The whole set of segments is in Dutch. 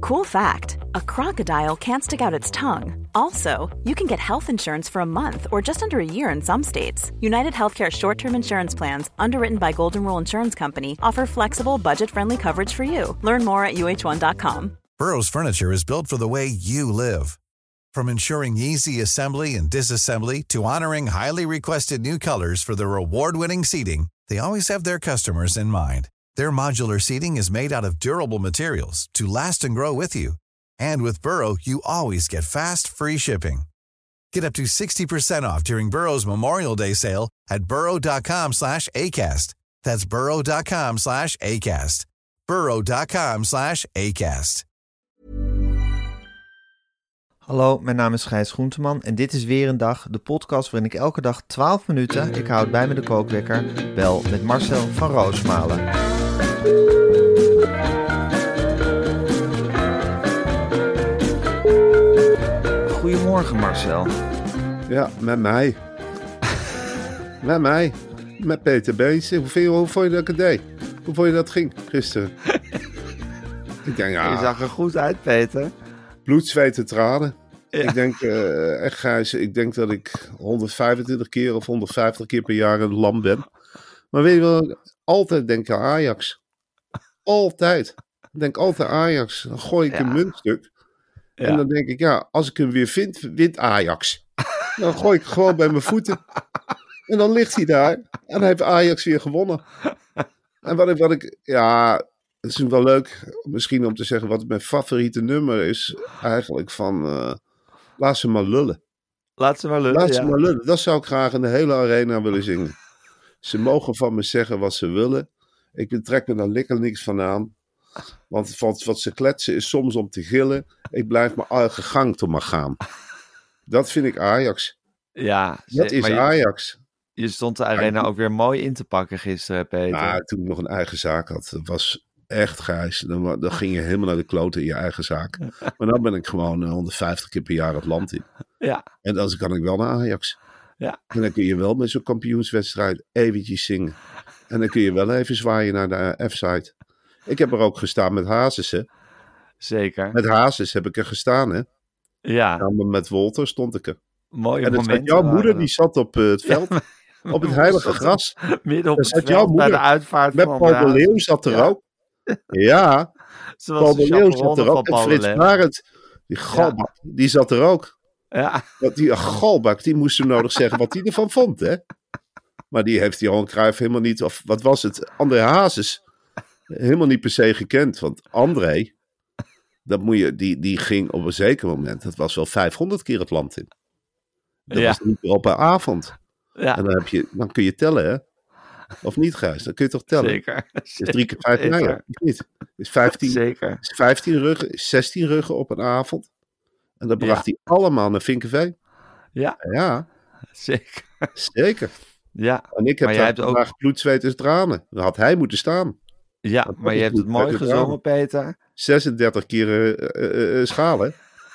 Cool fact, a crocodile can't stick out its tongue. Also, you can get health insurance for a month or just under a year in some states. United Healthcare short-term insurance plans, underwritten by Golden Rule Insurance Company, offer flexible, budget-friendly coverage for you. Learn more at uh1.com. Burrow's furniture is built for the way you live. From ensuring easy assembly and disassembly to honoring highly requested new colors for their award-winning seating, they always have their customers in mind. Their modular seating is made out of durable materials to last and grow with you. And with Burrow, you always get fast, free shipping. Get up to 60% off during Burrow's Memorial Day sale at burrow.com/ACAST. That's burrow.com/ACAST. burrow.com/ACAST. Hallo, mijn naam is Gijs Groenteman en dit is weer een dag, de podcast waarin ik elke dag 12 minuten, ik houd bij me de kookwekker, bel met Marcel van Roosmalen. Goedemorgen Marcel. Ja, met mij. Met mij. Met Peter Beens. Hoe vond je dat ik het deed? Hoe vond je dat ging gisteren? Ik denk, Je zag er goed uit, Peter. Bloed, zweet en tranen. Ja. Ik denk, echt Gijs, ik denk dat ik 125 keer of 150 keer per jaar een lam ben. Maar weet je wel, altijd denk aan Ajax. Altijd. Ik denk altijd Ajax. Dan gooi ik een muntstuk. Ja. En dan denk ik, ja, als ik hem weer vind, wint Ajax. Dan gooi ik het gewoon bij mijn voeten. En dan ligt hij daar. En dan heeft Ajax weer gewonnen. En wat ik ja, het is wel leuk misschien om te zeggen wat mijn favoriete nummer is. Eigenlijk van, laat ze maar lullen. Laat ze maar lullen, Laat ze maar lullen. Dat zou ik graag in de hele arena willen zingen. Ze mogen van me zeggen wat ze willen. Ik betrek me daar lekker niks van aan. Want wat ze kletsen is soms om te gillen. Ik blijf mijn eigen gang toch maar gaan. Dat vind ik Ajax. Ja, dat is Ajax. Je stond de arena ook weer mooi in te pakken gisteren, Peter. Nou, toen ik nog een eigen zaak had. Dat was echt Gijs. Dan ging je helemaal naar de kloten in je eigen zaak. Maar dan ben ik gewoon 150 keer per jaar het land in. Ja. En dan kan ik wel naar Ajax. Ja. En dan kun je wel met zo'n kampioenswedstrijd eventjes zingen. En dan kun je wel even zwaaien naar de F-site. Ik heb er ook gestaan met Hazes, hè. Zeker. Met Hazes heb ik er gestaan, hè. Ja. Samen met Wolter stond ik er. Mooie en momenten. Jouw moeder die zat op het veld, op het heilige gras. Midden op het veld, jouw moeder, bij de uitvaart met van Paul de Leeuw zat er ook. Ja, Paul de Leeuw zat er ook. En Frits Barend, die galbak, die zat er ook. Ja. Die galbak, die moest zo nodig zeggen wat hij ervan vond, hè. Maar die heeft Johan Cruijff helemaal niet, of wat was het, André Hazes, helemaal niet per se gekend. Want André, die ging op een zeker moment, dat was wel 500 keer het land in. Dat was niet meer op een avond. Ja. En dan kun je tellen, hè? Of niet, Gijs? Dan kun je toch tellen? Zeker. Is 3 keer 5 mijlen, of niet? Is 15, zeker. Is 15 ruggen, is 16 ruggen op een avond. En dat bracht hij allemaal naar Vinkenveen. Ja. Ja. Zeker. Ja. En ik heb daar vandaag bloed, zweet en tranen. Dan had hij moeten staan. Ja, maar je hebt het mooi gezongen, Peter. 36 keer schalen.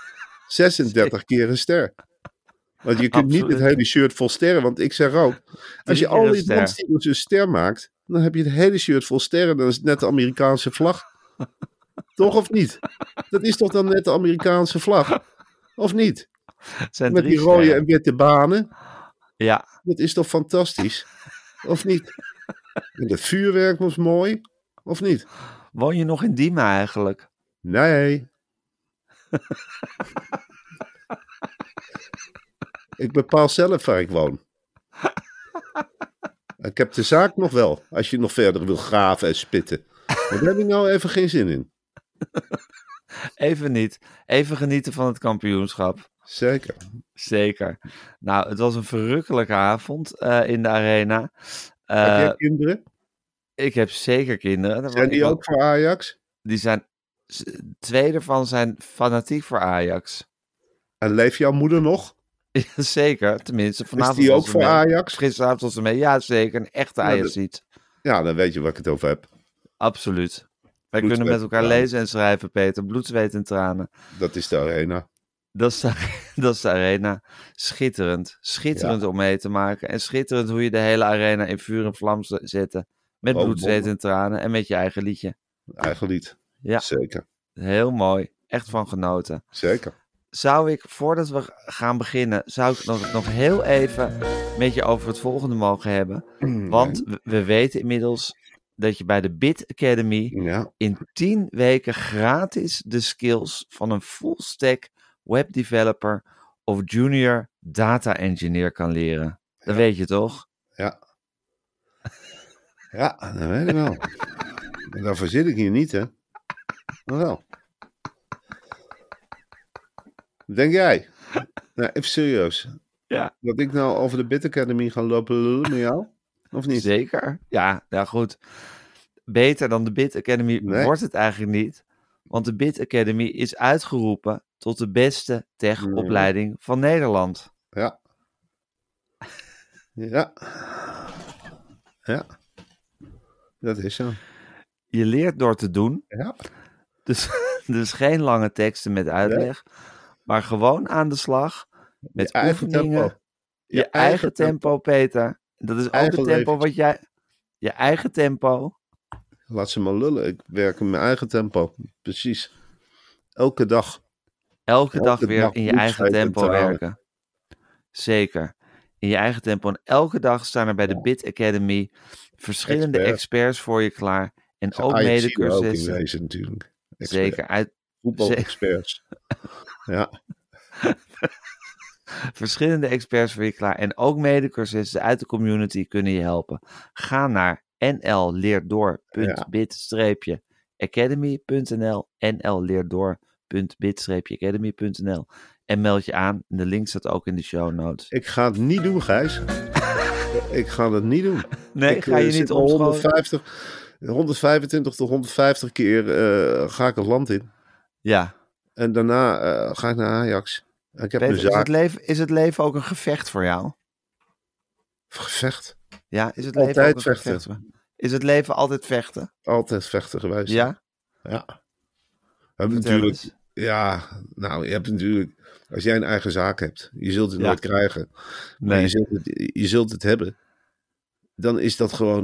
36 keer een ster. Want je kunt niet het hele shirt vol sterren. Want ik zeg ook, als je al die dansstijlen een ster maakt, dan heb je het hele shirt vol sterren. Dan is het net de Amerikaanse vlag. Toch of niet? Dat is toch dan net de Amerikaanse vlag? Of niet? Met die rode en witte banen. Ja. Dat is toch fantastisch? Of niet? En het vuurwerk was mooi. Of niet? Woon je nog in Diemen eigenlijk? Nee. Ik bepaal zelf waar ik woon. Ik heb de zaak nog wel, als je nog verder wil graven en spitten. Maar daar heb ik nou even geen zin in. Even niet. Even genieten van het kampioenschap. Zeker. Nou, het was een verrukkelijke avond in de arena. Heb jij kinderen? Ik heb zeker kinderen. Zijn die ook voor Ajax? Die zijn, 2 ervan zijn fanatiek voor Ajax. En leeft jouw moeder nog? Ja, zeker, tenminste. Vanavond is die ook voor Ajax? Gisteravond was ze mee. Ja, zeker. Een echte Ajaxiet. Ja, dan weet je waar ik het over heb. Absoluut. Wij kunnen met elkaar lezen en schrijven, Peter. Bloed, zweet en tranen. Dat is de arena. Dat is de arena. Schitterend. Schitterend om mee te maken. En schitterend hoe je de hele arena in vuur en vlam zette. Met bloed, zweet en tranen. En met je eigen liedje. Eigen lied. Ja. Zeker. Heel mooi. echt van genoten. Zeker. Zou ik, voordat we gaan beginnen, zou ik nog heel even met je over het volgende mogen hebben. Want we weten inmiddels dat je bij de Bit Academy in 10 weken gratis de skills van een full-stack webdeveloper of junior data engineer kan leren. Dat weet je toch? Ja. Ja, dat weet ik wel. Maar daarvoor zit ik hier niet, hè? Maar wel. Denk jij? Nou, even serieus. Ja. Dat ik nou over de Bit Academy ga lopen lullen met jou? Of niet? Zeker. Ja, goed. Beter dan de Bit Academy wordt het eigenlijk niet. Want de Bit Academy is uitgeroepen tot de beste tech-opleiding van Nederland. Ja. Ja. Ja. Dat is zo. Je leert door te doen. Ja. Dus geen lange teksten met uitleg. Nee. Maar gewoon aan de slag. Met je oefeningen. Eigen tempo. Je eigen tempo, Peter. Dat is ook het tempo wat jij... Je eigen tempo. Laat ze maar lullen. Ik werk in mijn eigen tempo. Precies. Elke dag. Elke dag weer in je eigen tempo werken. Zeker. In je eigen tempo. En elke dag staan er bij de Bit Academy verschillende experts voor je klaar. En ook medecursussen. Ook in natuurlijk. Zeker. Voetbalexperts. Ja. Verschillende experts voor je klaar. En ook medecursussen uit de community kunnen je helpen. Ga naar nlleerdoor.bit-academy.nl nlleerdoor.bit-academy.nl en meld je aan. De link staat ook in de show notes. Ik ga het niet doen, Gijs. Ik ga het niet doen. Nee, ga je niet omscholen? 125 tot 150 keer ga ik het land in. Ja. En daarna ga ik naar Ajax. Ik heb Peter, is het leven ook een gevecht voor jou? Gevecht? Ja, is het altijd leven ook een vechten. Gevecht? Is het leven altijd vechten? Altijd vechten geweest. Ja? Ja. We hebben natuurlijk... Ja, nou, je hebt natuurlijk... Als jij een eigen zaak hebt, je zult het nooit krijgen. Maar nee. je zult het hebben. Dan is dat gewoon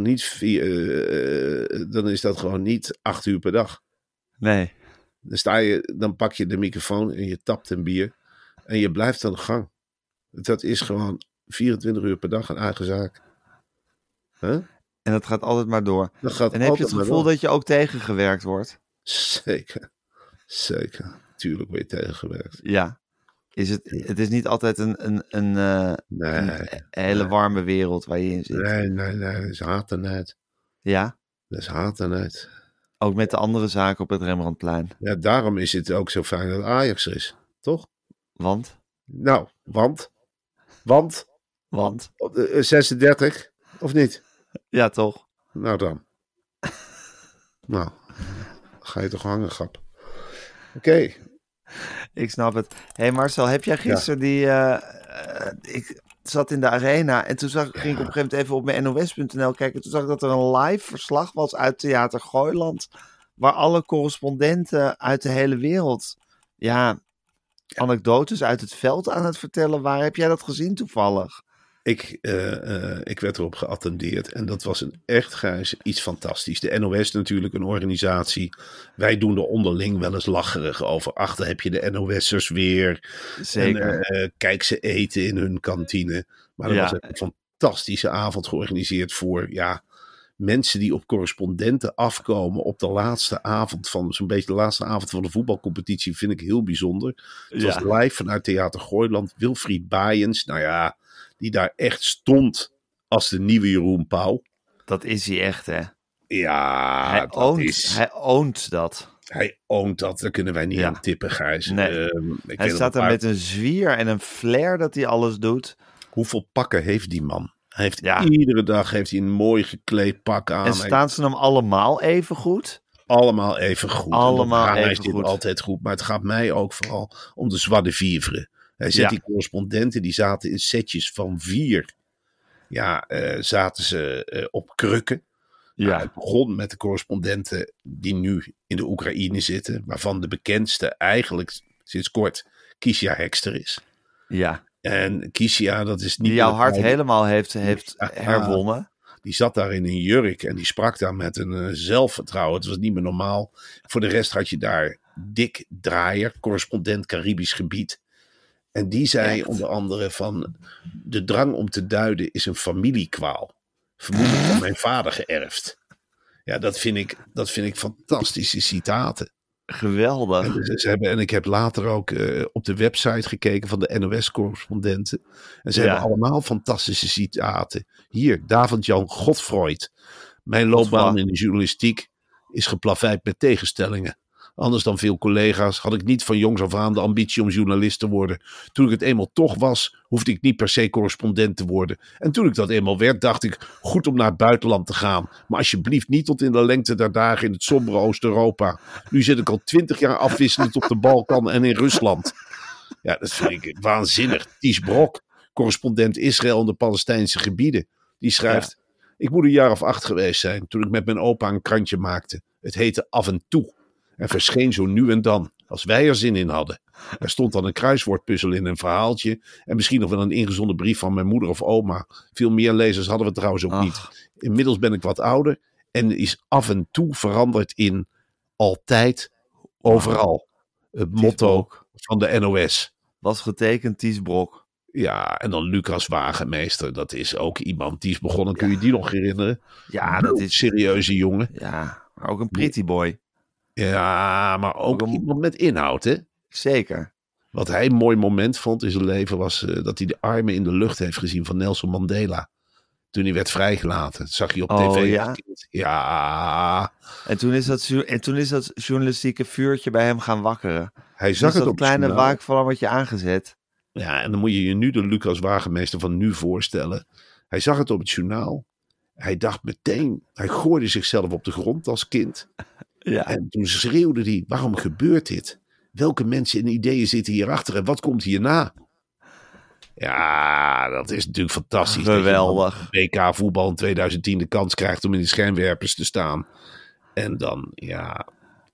niet 8 uur per dag. Nee. Dan pak je de microfoon en je tapt een bier. En je blijft aan de gang. Dat is gewoon 24 uur per dag een eigen zaak. Huh? En dat gaat altijd maar door. En heb je het gevoel dat je ook tegengewerkt wordt? Zeker. Tuurlijk word je tegengewerkt. Ja. Het is niet altijd een hele warme wereld waar je in zit. Nee. Dat is haat en nijd. Ja? Dat is haat en nijd. Ook met de andere zaken op het Rembrandtplein. Ja, daarom is het ook zo fijn dat Ajax er is. Toch? Want? Nou, want? 36, of niet? Ja, toch? Nou dan. Nou, ga je toch hangen, grap. Oké. Ik snap het. Hé Marcel, heb jij gisteren ik zat in de arena en toen ging ik op een gegeven moment even op mijn nos.nl kijken. Toen zag ik dat er een live verslag was uit Theater Gooiland. Waar alle correspondenten uit de hele wereld anekdotes uit het veld aan het vertellen waren. Heb jij dat gezien toevallig? Ik werd erop geattendeerd en dat was iets fantastisch. De NOS natuurlijk, een organisatie. Wij doen er onderling wel eens lacherig over. Achter heb je de NOS'ers weer. Zeker. En, kijk ze eten in hun kantine. Maar er was een fantastische avond georganiseerd voor mensen die op correspondenten afkomen op de laatste avond van zo'n beetje de laatste avond van de voetbalcompetitie. Vind ik heel bijzonder. Het was live vanuit Theater Gooiland. Wilfried Baaiens, die daar echt stond als de nieuwe Jeroen Pauw. Dat is hij echt, hè? Ja, hij oont dat. Hij oont dat, daar kunnen wij niet aan tippen, Gijs. Nee. Hij staat er met een zwier en een flair dat hij alles doet. Hoeveel pakken heeft die man? Iedere dag heeft hij een mooi gekleed pak aan. En staan ze hem allemaal even goed? Allemaal even goed. Hij is altijd goed. Maar het gaat mij ook vooral om de joie de vivre. Hij zet die correspondenten, die zaten in setjes van 4. Zaten ze op krukken. Ja. Het begon met de correspondenten die nu in de Oekraïne zitten. Waarvan de bekendste eigenlijk sinds kort Kiesja Hekster is. Ja. En Kiesja, dat is niet... Die jouw hart helemaal heeft herwonnen. Die zat daar in een jurk en die sprak daar met een zelfvertrouwen. Het was niet meer normaal. Voor de rest had je daar Dick Draaier, correspondent Caribisch gebied. En die zei onder andere van... de drang om te duiden is een familiekwaal. Vermoedelijk van mijn vader geërfd. Ja, dat vind ik fantastische citaten. Geweldig. En ik heb later ook op de website gekeken van de NOS-correspondenten. En ze hebben allemaal fantastische citaten. Hier, David-Jan Godfroyd. Mijn loopbaan in de journalistiek is geplaveid met tegenstellingen. Anders dan veel collega's had ik niet van jongs af aan de ambitie om journalist te worden. Toen ik het eenmaal toch was, hoefde ik niet per se correspondent te worden. En toen ik dat eenmaal werd, dacht ik, goed om naar het buitenland te gaan. Maar alsjeblieft niet tot in de lengte der dagen in het sombere Oost-Europa. Nu zit ik al 20 jaar afwisselend op de Balkan en in Rusland. Ja, dat vind ik waanzinnig. Ties Brok, correspondent Israël en de Palestijnse gebieden. Die schrijft, ik moet een jaar of 8 geweest zijn toen ik met mijn opa een krantje maakte. Het heette Af en Toe. En verscheen zo nu en dan, als wij er zin in hadden. Er stond dan een kruiswoordpuzzel in een verhaaltje. En misschien nog wel een ingezonden brief van mijn moeder of oma. Veel meer lezers hadden we trouwens ook niet. Inmiddels ben ik wat ouder. En is Af en Toe veranderd in altijd, overal. Het motto van de NOS. Was getekend Ties Brok. Ja, en dan Lucas Wagemeester. Dat is ook iemand die is begonnen. Kun je die nog herinneren? Ja, dat is een serieuze jongen. Ja, maar ook een pretty boy. Ja, maar ook iemand met inhoud, hè? Zeker. Wat hij een mooi moment vond in zijn leven was dat hij de armen in de lucht heeft gezien van Nelson Mandela. Toen hij werd vrijgelaten. Dat zag je op tv. Ja? Ja. En toen is dat journalistieke vuurtje bij hem gaan wakkeren. Hij zag het op dat kleine waakvlammetje aangezet. Ja, en dan moet je je nu de Lucas Wagemeester van nu voorstellen. Hij zag het op het journaal. Hij dacht meteen, hij gooide zichzelf op de grond als kind. Ja. En toen schreeuwde hij, waarom gebeurt dit? Welke mensen en ideeën zitten hierachter en wat komt hierna? Ja, dat is natuurlijk fantastisch. Geweldig. WK voetbal in 2010 de kans krijgt om in de schijnwerpers te staan. En dan, ja...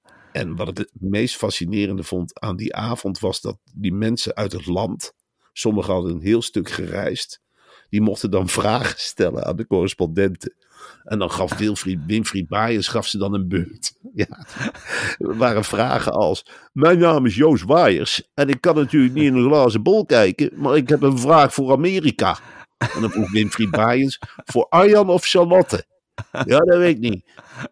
En wat ik het meest fascinerende vond aan die avond was dat die mensen uit het land, sommigen hadden een heel stuk gereisd, die mochten dan vragen stellen aan de correspondenten. En dan gaf Winfried Baaiens gaf ze dan een beurt. Ja. Er waren vragen als, mijn naam is Joost Waaiers en ik kan natuurlijk niet in een glazen bol kijken, maar ik heb een vraag voor Amerika. En dan vroeg Winfried Baaiens, voor Arjan of Charlotte? Ja, dat weet ik niet.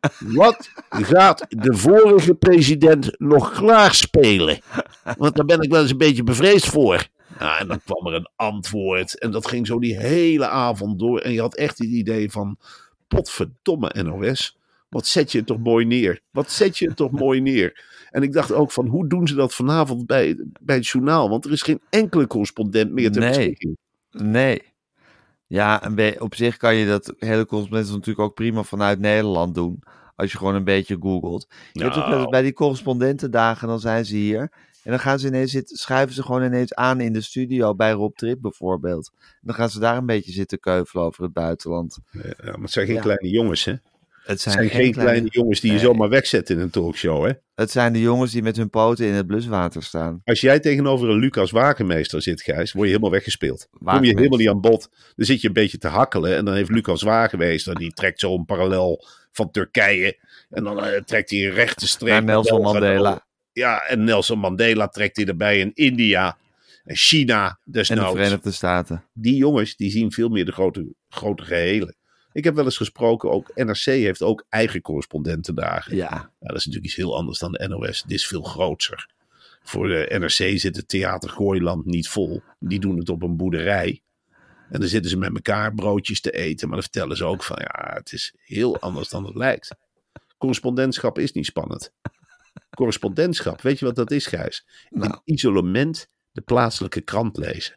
Wat gaat de vorige president nog klaarspelen? Want daar ben ik wel eens een beetje bevreesd voor. Ja, en dan kwam er een antwoord. En dat ging zo die hele avond door. En je had echt het idee van, potverdomme NOS. Wat zet je het toch mooi neer. Wat zet je het toch mooi neer. En ik dacht ook van, hoe doen ze dat vanavond bij het journaal? Want er is geen enkele correspondent meer ter beschikking. Nee. Ja, op zich kan je dat hele correspondenten natuurlijk ook prima vanuit Nederland doen. Als je gewoon een beetje googelt. Je hebt ook wel eens bij die correspondentendagen, dan zijn ze hier. En dan gaan ze ineens schuiven ze gewoon ineens aan in de studio bij Rob Trip bijvoorbeeld. En dan gaan ze daar een beetje zitten keuvelen over het buitenland. Ja, maar het zijn geen kleine jongens, hè? Het zijn geen kleine jongens die je zomaar wegzet in een talkshow, hè? Het zijn de jongens die met hun poten in het bluswater staan. Als jij tegenover een Lucas Wagemeester zit, Gijs, word je helemaal weggespeeld. Kom je helemaal niet aan bod. Dan zit je een beetje te hakkelen en dan heeft Lucas Wagemeester, die trekt zo een parallel van Turkije. En dan trekt hij een rechte streep. Naar Nelson Mandela. Ja, en Nelson Mandela trekt hij erbij in India en China. En de Verenigde Staten. Die jongens, die zien veel meer de grote gehelen. Ik heb wel eens gesproken, ook NRC heeft ook eigen correspondentendagen. Ja. Dat is natuurlijk iets heel anders dan de NOS. Dit is veel groter. Voor de NRC zit het Theater Gooiland niet vol. Die doen het op een boerderij. En dan zitten ze met elkaar broodjes te eten. Maar dan vertellen ze ook van, ja, het is heel anders dan het lijkt. Correspondentschap is niet spannend. Correspondentschap, weet je wat dat is, Gijs? In isolement de plaatselijke krant lezen.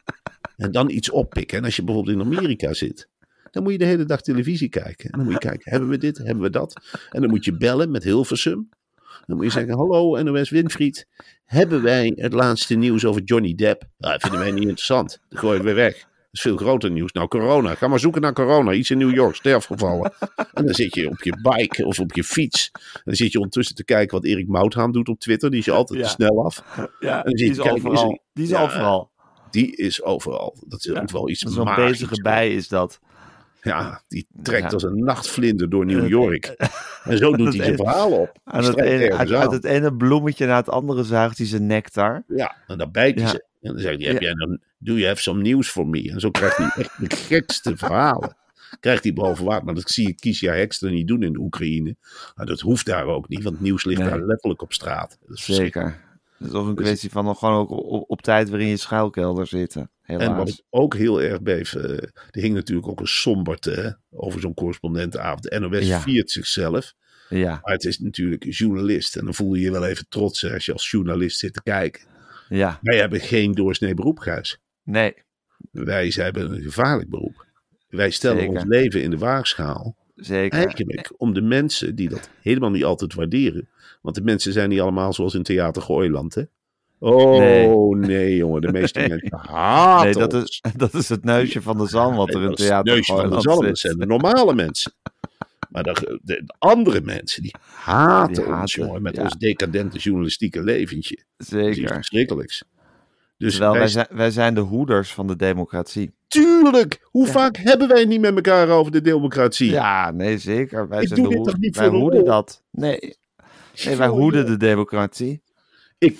En dan iets oppikken. En als je bijvoorbeeld in Amerika zit, dan moet je de hele dag televisie kijken. En dan moet je kijken, hebben we dit, hebben we dat? En dan moet je bellen met Hilversum. Dan moet je zeggen, hallo NOS Winfried. Hebben wij het laatste nieuws over Johnny Depp? Nou, dat vinden wij niet interessant. Dat gooi ik weer weg. Dat is veel groter nieuws. Nou, corona. Ga maar zoeken naar corona. Iets in New York, sterfgevallen. En dan zit je op je bike of op je fiets. En dan zit je ondertussen te kijken wat Erik Mouthaan doet op Twitter. Die is je altijd te snel af. Ja, die is overal. Die is overal. Die is overal. Dat is ook wel iets Zo'n bezige bij is dat. Ja, die trekt als een nachtvlinder door New York. En zo doet hij zijn verhalen op. Uit het ene bloemetje naar het andere zuigt hij zijn nectar. Ja, en dan bijt hij ze. En dan zegt hij, do you have some news for me? En zo krijgt hij echt de gekste verhalen. Krijgt hij boven water. Maar dat zie je Kiesja Hekster niet doen in de Oekraïne. Maar dat hoeft daar ook niet, want nieuws ligt daar letterlijk op straat. Zeker. Het is ook een kwestie van nog gewoon ook op tijd weer in je schuilkelder zitten. Helaas. En wat ik ook heel erg beef, er hing natuurlijk ook een somberte over zo'n correspondentenavond. De NOS viert zichzelf. Ja. Maar het is natuurlijk journalist. En dan voel je je wel even trots als je als journalist zit te kijken. Ja. Wij hebben geen doorsnee beroep, Gijs. Nee. Wij hebben een gevaarlijk beroep. Wij stellen ons leven in de waagschaal. Zeker. Eigenlijk om de mensen die dat helemaal niet altijd waarderen. Want de mensen zijn niet allemaal zoals in Theater Gooiland, hè? Nee, jongen. De meeste mensen haten ons. Dat is het neusje van de zalm wat er in Theater Gooiland zit. Dat zijn de normale mensen. Maar de andere mensen, die haten ons, jongen. Met ons decadente journalistieke leventje. Zeker. Dat is verschrikkelijks. Dus wij zijn de hoeders van de democratie. Tuurlijk! Hoe vaak hebben wij het niet met elkaar over de democratie? Ja, nee, zeker. Wij hoeden dat. Nee, wij hoeden de democratie. Ik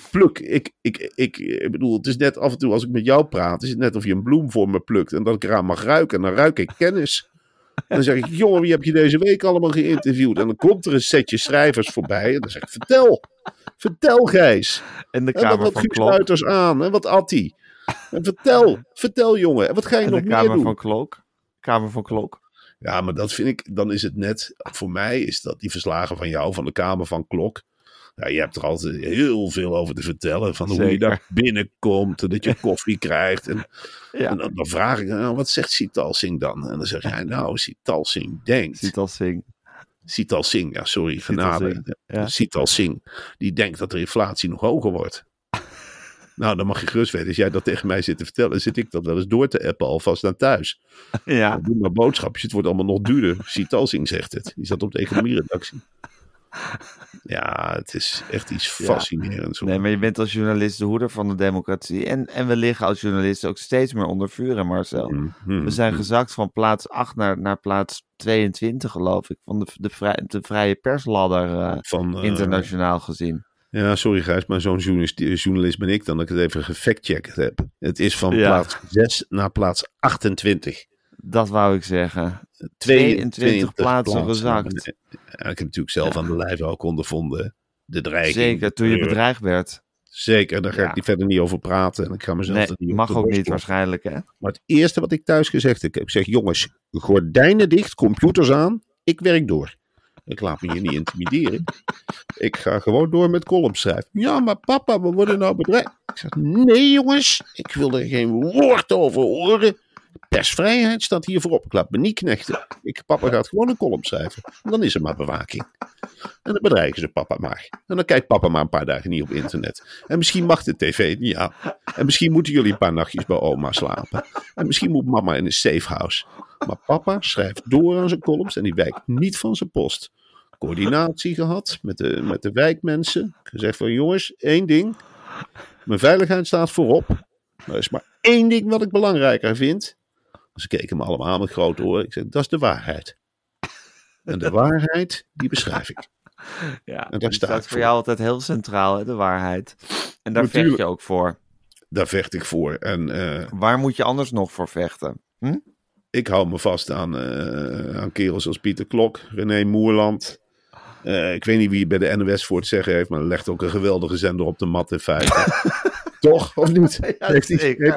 bedoel, het is net af en toe als ik met jou praat, is het net of je een bloem voor me plukt en dat ik eraan mag ruiken. En dan ruik ik kennis. En dan zeg ik, jongen, wie heb je deze week allemaal geïnterviewd? En dan komt er een setje schrijvers voorbij en dan zeg ik, vertel Gijs. En de Kamer wat van Guus Klok. Luiters aan en wat Attie. En vertel jongen, en wat ga je nog meer doen? Kamer van Klok. Ja, maar dat vind ik, dan is het net, voor mij is dat die verslagen van jou, van de Kamer van Klok. Ja, je hebt er altijd heel veel over te vertellen. Van hoe je daar binnenkomt. En dat je koffie krijgt. En dan vraag ik, wat zegt Sital Singh dan? En dan zeg hij, Sital Singh denkt. Sital Singh, ja, sorry, genade. Sital Singh, die denkt dat de inflatie nog hoger wordt. Nou, dan mag je gerust weten. Als jij dat tegen mij zit te vertellen, zit ik dat wel eens door te appen alvast naar thuis. Ja. Doe maar boodschapjes, het wordt allemaal nog duurder. Sital Singh zegt het. Die zat op de economieredactie. Ja, het is echt iets fascinerends. Nee, maar je bent als journalist de hoeder van de democratie. En we liggen als journalisten ook steeds meer onder vuur, Marcel. We zijn gezakt van plaats 8 naar plaats 22, geloof ik. Van de vrije persladder internationaal gezien. Ja, sorry Gijs, maar zo'n journalist ben ik dan dat ik het even gefactcheckt heb. Het is van plaats 6 naar plaats 28. Dat wou ik zeggen. 22 plaatsen gezakt. Ja, ik heb natuurlijk zelf aan de lijve ook ondervonden. De dreiging. Zeker, toen je bedreigd werd. Zeker, daar ga ik niet verder niet over praten. En ik ga mezelf er niet mag ook niet waarschijnlijk, hè? Maar het eerste wat ik thuis gezegd heb, ik zeg, jongens, gordijnen dicht, computers aan, ik werk door. Ik laat me hier niet intimideren. Ik ga gewoon door met columns schrijven. Ja, maar papa, we worden nou bedreigd. Ik zeg, nee jongens, ik wil er geen woord over horen. Persvrijheid staat hier voorop. Ik laat me niet knechten. Papa gaat gewoon een column schrijven. En dan is er maar bewaking. En dan bedreigen ze papa maar. En dan kijkt papa maar een paar dagen niet op internet. En misschien mag de tv niet aan. En misschien moeten jullie een paar nachtjes bij oma slapen. En misschien moet mama in een safe house. Maar papa schrijft door aan zijn columns en die wijkt niet van zijn post. Coördinatie gehad met de wijkmensen. Gezegd van jongens, 1 ding. Mijn veiligheid staat voorop. Maar er is maar 1 ding wat ik belangrijker vind. Ze keken me allemaal aan met grote oren. Ik zei, dat is de waarheid. En de waarheid, die beschrijf ik. Ja, en daar staat voor jou altijd heel centraal, hè, de waarheid. En daar vecht je ook voor. Daar vecht ik voor. En, waar moet je anders nog voor vechten? Ik hou me vast aan kerels als Pieter Klok, René Moerland. Ik weet niet wie bij de NOS voor het zeggen heeft, maar er legt ook een geweldige zender op de mat in feite. Toch? Of niet? Ja, dat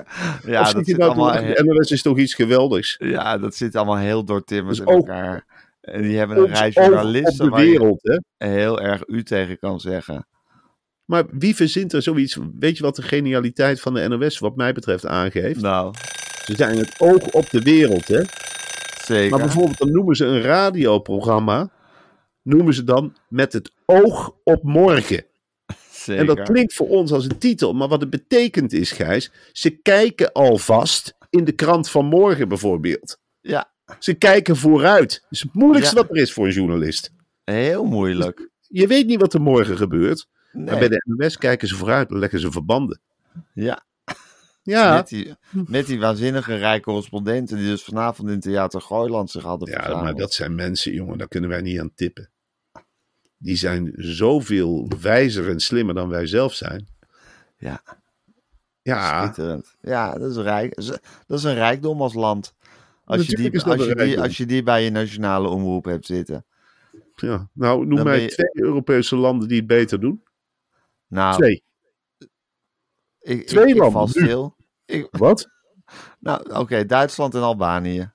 zit allemaal... De NOS is toch iets geweldigs? Ja, dat zit allemaal heel doortimmerd in elkaar. En die hebben een rij journalisten waar wereld, je heel erg u tegen kan zeggen. Maar wie verzint er zoiets? Weet je wat de genialiteit van de NOS wat mij betreft aangeeft? Nou. Ze zijn het oog op de wereld, hè? Zeker. Maar bijvoorbeeld dan noemen ze een radioprogramma, noemen ze dan Met het oog op morgen. Zeker. En dat klinkt voor ons als een titel, maar wat het betekent is, Gijs, ze kijken alvast in de krant van morgen bijvoorbeeld. Ja. Ze kijken vooruit. Dat is het moeilijkste wat er is voor een journalist. Heel moeilijk. Dus je weet niet wat er morgen gebeurt, maar bij de NOS kijken ze vooruit en leggen ze verbanden. Ja. Ja. Met die waanzinnige rijcorrespondenten die dus vanavond in Theater Gooiland zich hadden verzameld. Ja, maar dat zijn mensen, jongen, daar kunnen wij niet aan tippen. Die zijn zoveel wijzer en slimmer dan wij zelf zijn. Ja. Ja. Schitterend. Ja, dat is een rijkdom als land. Als je die bij je nationale omroep hebt zitten. Ja, nou, noem mij 2 Europese landen die het beter doen. Nou, 2. 2 landen. Ik val stil. Wat? Nou, oké, Duitsland en Albanië.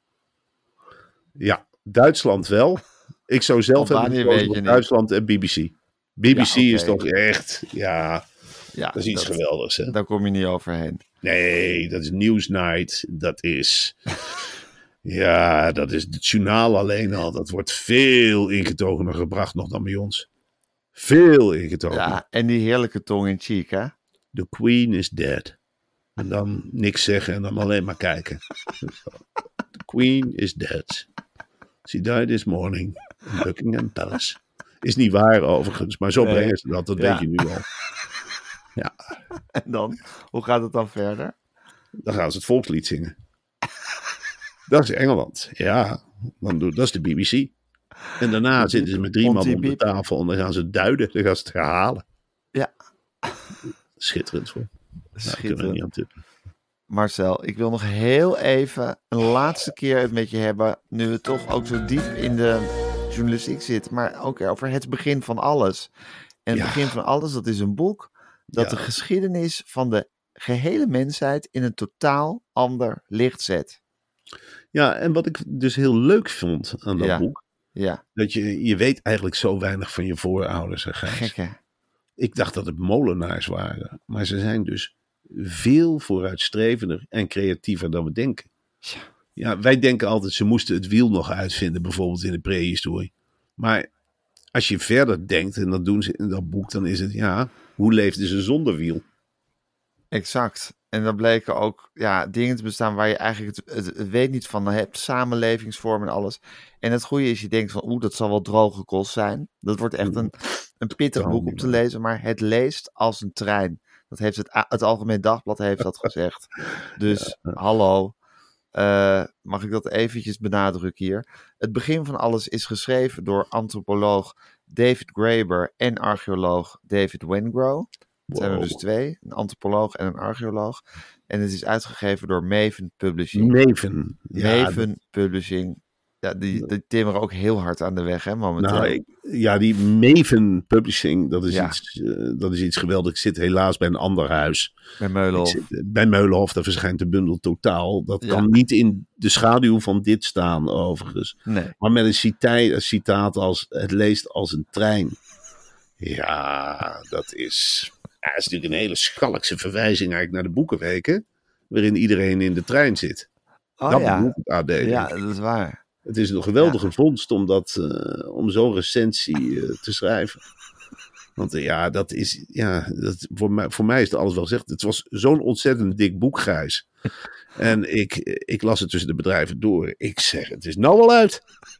Ja, Duitsland wel. Ik zou zelf Albanië hebben gekozen voor Duitsland en BBC. BBC is toch echt, dat is iets geweldigs. Hè? Daar kom je niet overheen. Nee, dat is Newsnight. Dat is... Ja, dat is het journaal alleen al. Dat wordt veel ingetogener gebracht nog dan bij ons. Veel ingetogener. Ja, en die heerlijke tong in cheek, hè? The Queen is dead. En dan niks zeggen en dan alleen maar kijken. The Queen is dead. She died this morning in Buckingham Palace. Is niet waar overigens, maar zo brengen ze dat weet je nu al. Ja. En dan? Hoe gaat het dan verder? Dan gaan ze het volkslied zingen. Dat is Engeland. Ja, dat is de BBC. En daarna zitten ze met 3 man om de tafel en dan gaan ze het duiden. Dan gaan ze het herhalen. Ja. Schitterend hoor. Nou, kunnen we niet aan tippen. Marcel, ik wil nog heel even een laatste keer het met je hebben, nu we toch ook zo diep in de journalistiek zitten, maar ook over het begin van alles. En het begin van alles, dat is een boek dat de geschiedenis van de gehele mensheid in een totaal ander licht zet. Ja, en wat ik dus heel leuk vond aan dat boek, dat je weet eigenlijk zo weinig van je voorouders. Gekke. Ik dacht dat het molenaars waren, maar ze zijn dus veel vooruitstrevender en creatiever dan we denken. Ja, wij denken altijd ze moesten het wiel nog uitvinden, bijvoorbeeld in de prehistorie. Maar als je verder denkt, en dat doen ze in dat boek, dan is het hoe leefden ze zonder wiel? Exact. En dan bleken ook dingen te bestaan waar je eigenlijk het weet niet van hebt, samenlevingsvormen en alles. En het goede is, je denkt van dat zal wel droge kost zijn. Dat wordt echt een pittig boek om te lezen, maar het leest als een trein. Dat heeft het Algemeen Dagblad heeft dat gezegd. Dus hallo, mag ik dat eventjes benadrukken hier. Het begin van alles is geschreven door antropoloog David Graeber en archeoloog David Wengrow. Het zijn er dus 2, een antropoloog en een archeoloog. En het is uitgegeven door Maven Publishing. Maven Publishing. Ja, die timmeren ook heel hard aan de weg, hè, momenteel. Nou, die Maven Publishing, dat is iets geweldigs. Ik zit helaas bij een ander huis. Bij Meulenhof, daar verschijnt de bundel Totaal. Dat kan niet in de schaduw van dit staan, overigens. Nee. Maar met een citaat als, het leest als een trein. Ja, dat is natuurlijk een hele schalkse verwijzing eigenlijk naar de boekenweken, waarin iedereen in de trein zit. Dat is waar. Het is een geweldige vondst om zo'n recensie te schrijven. Want dat is, voor mij is het alles wel gezegd. Het was zo'n ontzettend dik boek, Gijs. En ik las het tussen de bedrijven door. Ik zeg, het is nou wel uit.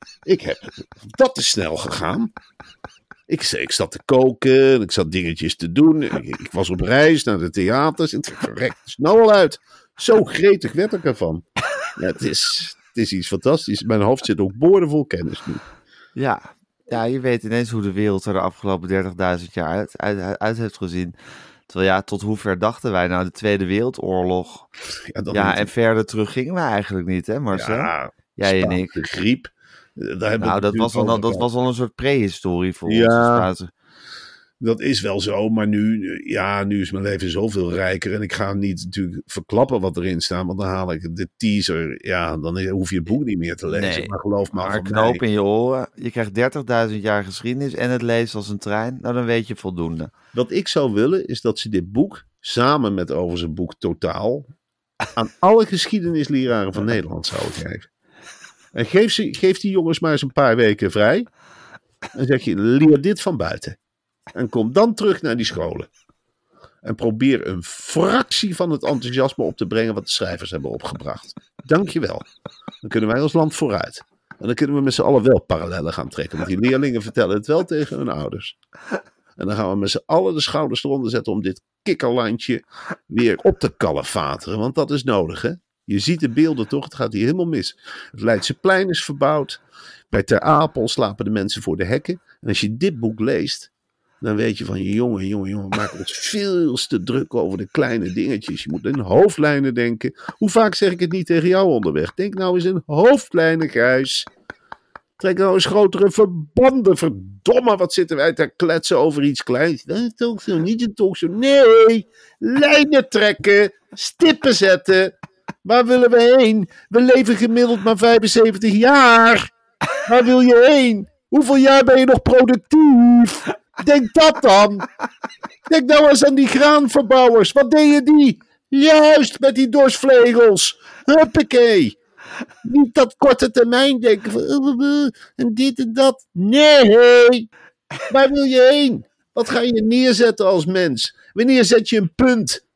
Dat is snel gegaan. Ik zat te koken, ik zat dingetjes te doen. Ik was op reis naar de theaters. En het is nou wel uit. Zo gretig werd ik ervan. Ja, het is iets fantastisch. Mijn hoofd zit ook boordevol kennis nu. Ja, je weet ineens hoe de wereld er de afgelopen 30.000 jaar uit heeft gezien. Terwijl tot hoe ver dachten wij nou de Tweede Wereldoorlog? En verder terug gingen we eigenlijk niet, hè Marcel? Ja, jij en ik. De griep. Dat was al een soort prehistorie voor ons. Dat is wel zo, maar nu is mijn leven zoveel rijker. En ik ga niet natuurlijk verklappen wat erin staat. Want dan haal ik de teaser. Ja, dan hoef je het boek niet meer te lezen. Nee, maar geloof me, maar knoop in je oren. Je krijgt 30.000 jaar geschiedenis en het leest als een trein. Nou, dan weet je voldoende. Wat ik zou willen, is dat ze dit boek, samen met over zijn boek Totaal, aan alle geschiedenisleraren van Nederland zouden geven. En geef die jongens maar eens een paar weken vrij. En zeg je, leer dit van buiten. En kom dan terug naar die scholen. En probeer een fractie van het enthousiasme op te brengen wat de schrijvers hebben opgebracht. Dankjewel. Dan kunnen wij als land vooruit. En dan kunnen we met z'n allen wel parallellen gaan trekken. Want die leerlingen vertellen het wel tegen hun ouders. En dan gaan we met z'n allen de schouders eronder zetten om dit kikkerlandje weer op te kalefateren. Want dat is nodig, hè? Je ziet de beelden toch, het gaat hier helemaal mis. Het Leidseplein is verbouwd. Bij Ter Apel slapen de mensen voor de hekken. En als je dit boek leest, dan weet je van, jongen, we maken ons veel te druk over de kleine dingetjes. Je moet in hoofdlijnen denken. Hoe vaak zeg ik het niet tegen jou onderweg? Denk nou eens in hoofdlijnen, Gijs. Trek nou eens grotere verbanden. Verdomme, wat zitten wij te kletsen over iets kleins. Dat is een talkshow, niet een talkshow. Nee, lijnen trekken, stippen zetten. Waar willen we heen? We leven gemiddeld maar 75 jaar. Waar wil je heen? Hoeveel jaar ben je nog productief? Denk dat dan. Denk nou eens aan die graanverbouwers. Wat deden die? Juist met die dorsvlegels. Huppakee. Niet dat korte termijn denken van en dit en dat. Nee. Waar wil je heen? Wat ga je neerzetten als mens? Wanneer zet je een punt?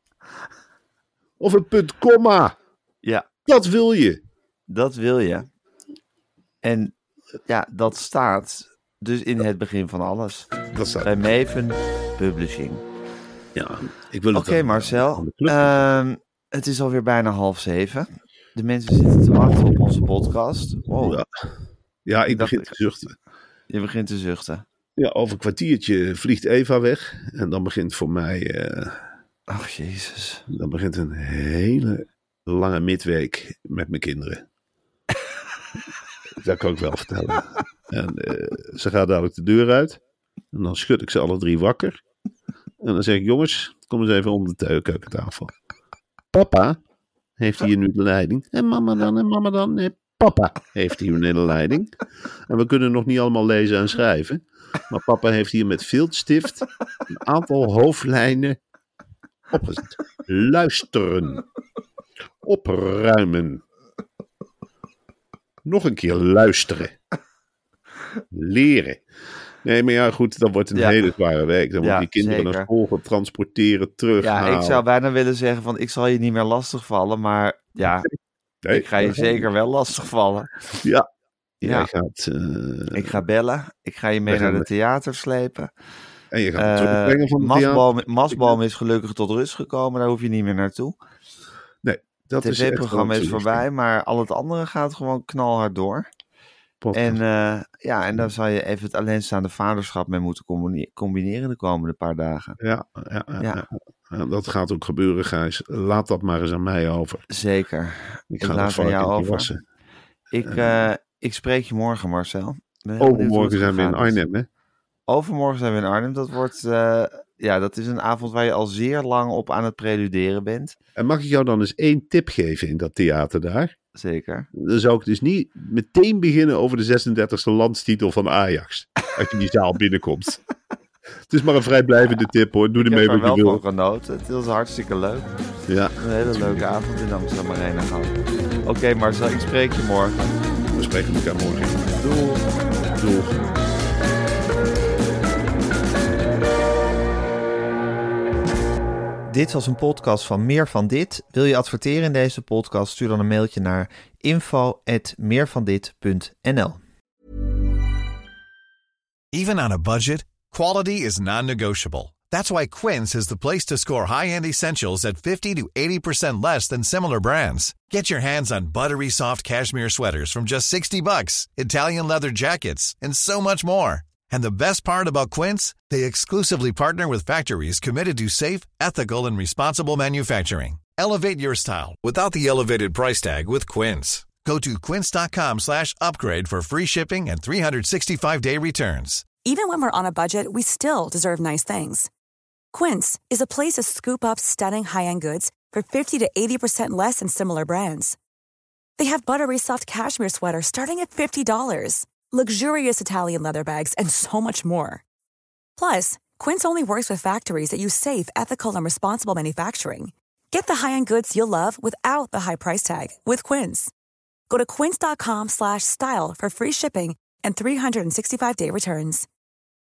Of een punt, komma? Ja. Dat wil je. Dat wil je. En ja, dat staat dus in het begin van alles. Dat staat bij Maven Publishing. Ja, ik wil het. Oké, Marcel. Het is alweer bijna 6:30. De mensen zitten te wachten op onze podcast. Wow. Ja, ik begin te zuchten. Je begint te zuchten. Ja, over een kwartiertje vliegt Eva weg. En dan begint voor mij... Ach, Jezus. Dan begint een hele lange midweek met mijn kinderen. Dat kan ik wel vertellen. En ze gaat dadelijk de deur uit. En dan schud ik ze alle 3 wakker. En dan zeg ik, jongens, kom eens even om de keukentafel. Papa heeft hier nu de leiding. En mama dan. Nee, papa heeft hier nu de leiding. En we kunnen nog niet allemaal lezen en schrijven. Maar papa heeft hier met viltstift een aantal hoofdlijnen opgezet. Luisteren. Opruimen. Nog een keer luisteren. Leren. Nee, maar ja, goed, dat wordt een hele zware week. Dan moet die kinderen naar school gaan transporteren, terughalen. Ja, ik zou bijna willen zeggen van, ik zal je niet meer lastigvallen, maar ja, ik ga je zeker wel lastigvallen. Ja. Ja. Gaat, ik ga bellen. Ik ga je mee naar de theater slepen. En je gaat terugbrengen van de theater. Mastboom is gelukkig tot rust gekomen. Daar hoef je niet meer naartoe. Nee, dat is het tv-programma is voorbij, maar al het andere gaat gewoon knalhard door. En daar zal je even het alleenstaande vaderschap mee moeten combineren de komende paar dagen. Ja. Dat gaat ook gebeuren, Gijs. Laat dat maar eens aan mij over. Zeker. Ik laat het aan jou over. Ik spreek je morgen, Marcel. Overmorgen zijn we in Arnhem, hè? Overmorgen zijn we in Arnhem. Dat wordt, dat is een avond waar je al zeer lang op aan het preluderen bent. En mag ik jou dan eens 1 tip geven in dat theater daar? Zeker. Dan zou ik dus niet meteen beginnen over de 36e landstitel van Ajax. Als je die zaal binnenkomt. Het is maar een vrijblijvende tip, hoor. Doe ermee wat je wil. Ik heb er wel van genoten. Het was hartstikke leuk. Ja. Een hele leuke avond in Amsterdam Arena gehad. Oké, Marcel, ik spreek je morgen. We spreken elkaar morgen. Doeg. Dit was een podcast van Meer van Dit. Wil je adverteren in deze podcast? Stuur dan een mailtje naar info@meervandit.nl. Even on a budget, quality is non-negotiable. That's why Quince is the place to score high-end essentials at 50 to 80% less than similar brands. Get your hands on buttery soft cashmere sweaters from just $60, Italian leather jackets, and so much more. And the best part about Quince, they exclusively partner with factories committed to safe, ethical, and responsible manufacturing. Elevate your style without the elevated price tag with Quince. Go to quince.com/upgrade for free shipping and 365-day returns. Even when we're on a budget, we still deserve nice things. Quince is a place to scoop up stunning high-end goods for 50 to 80% less than similar brands. They have buttery soft cashmere sweaters starting at $50, luxurious Italian leather bags, and so much more. Plus, Quince only works with factories that use safe, ethical, and responsible manufacturing. Get the high-end goods you'll love without the high price tag with Quince. Go to quince.com/style for free shipping and 365-day returns.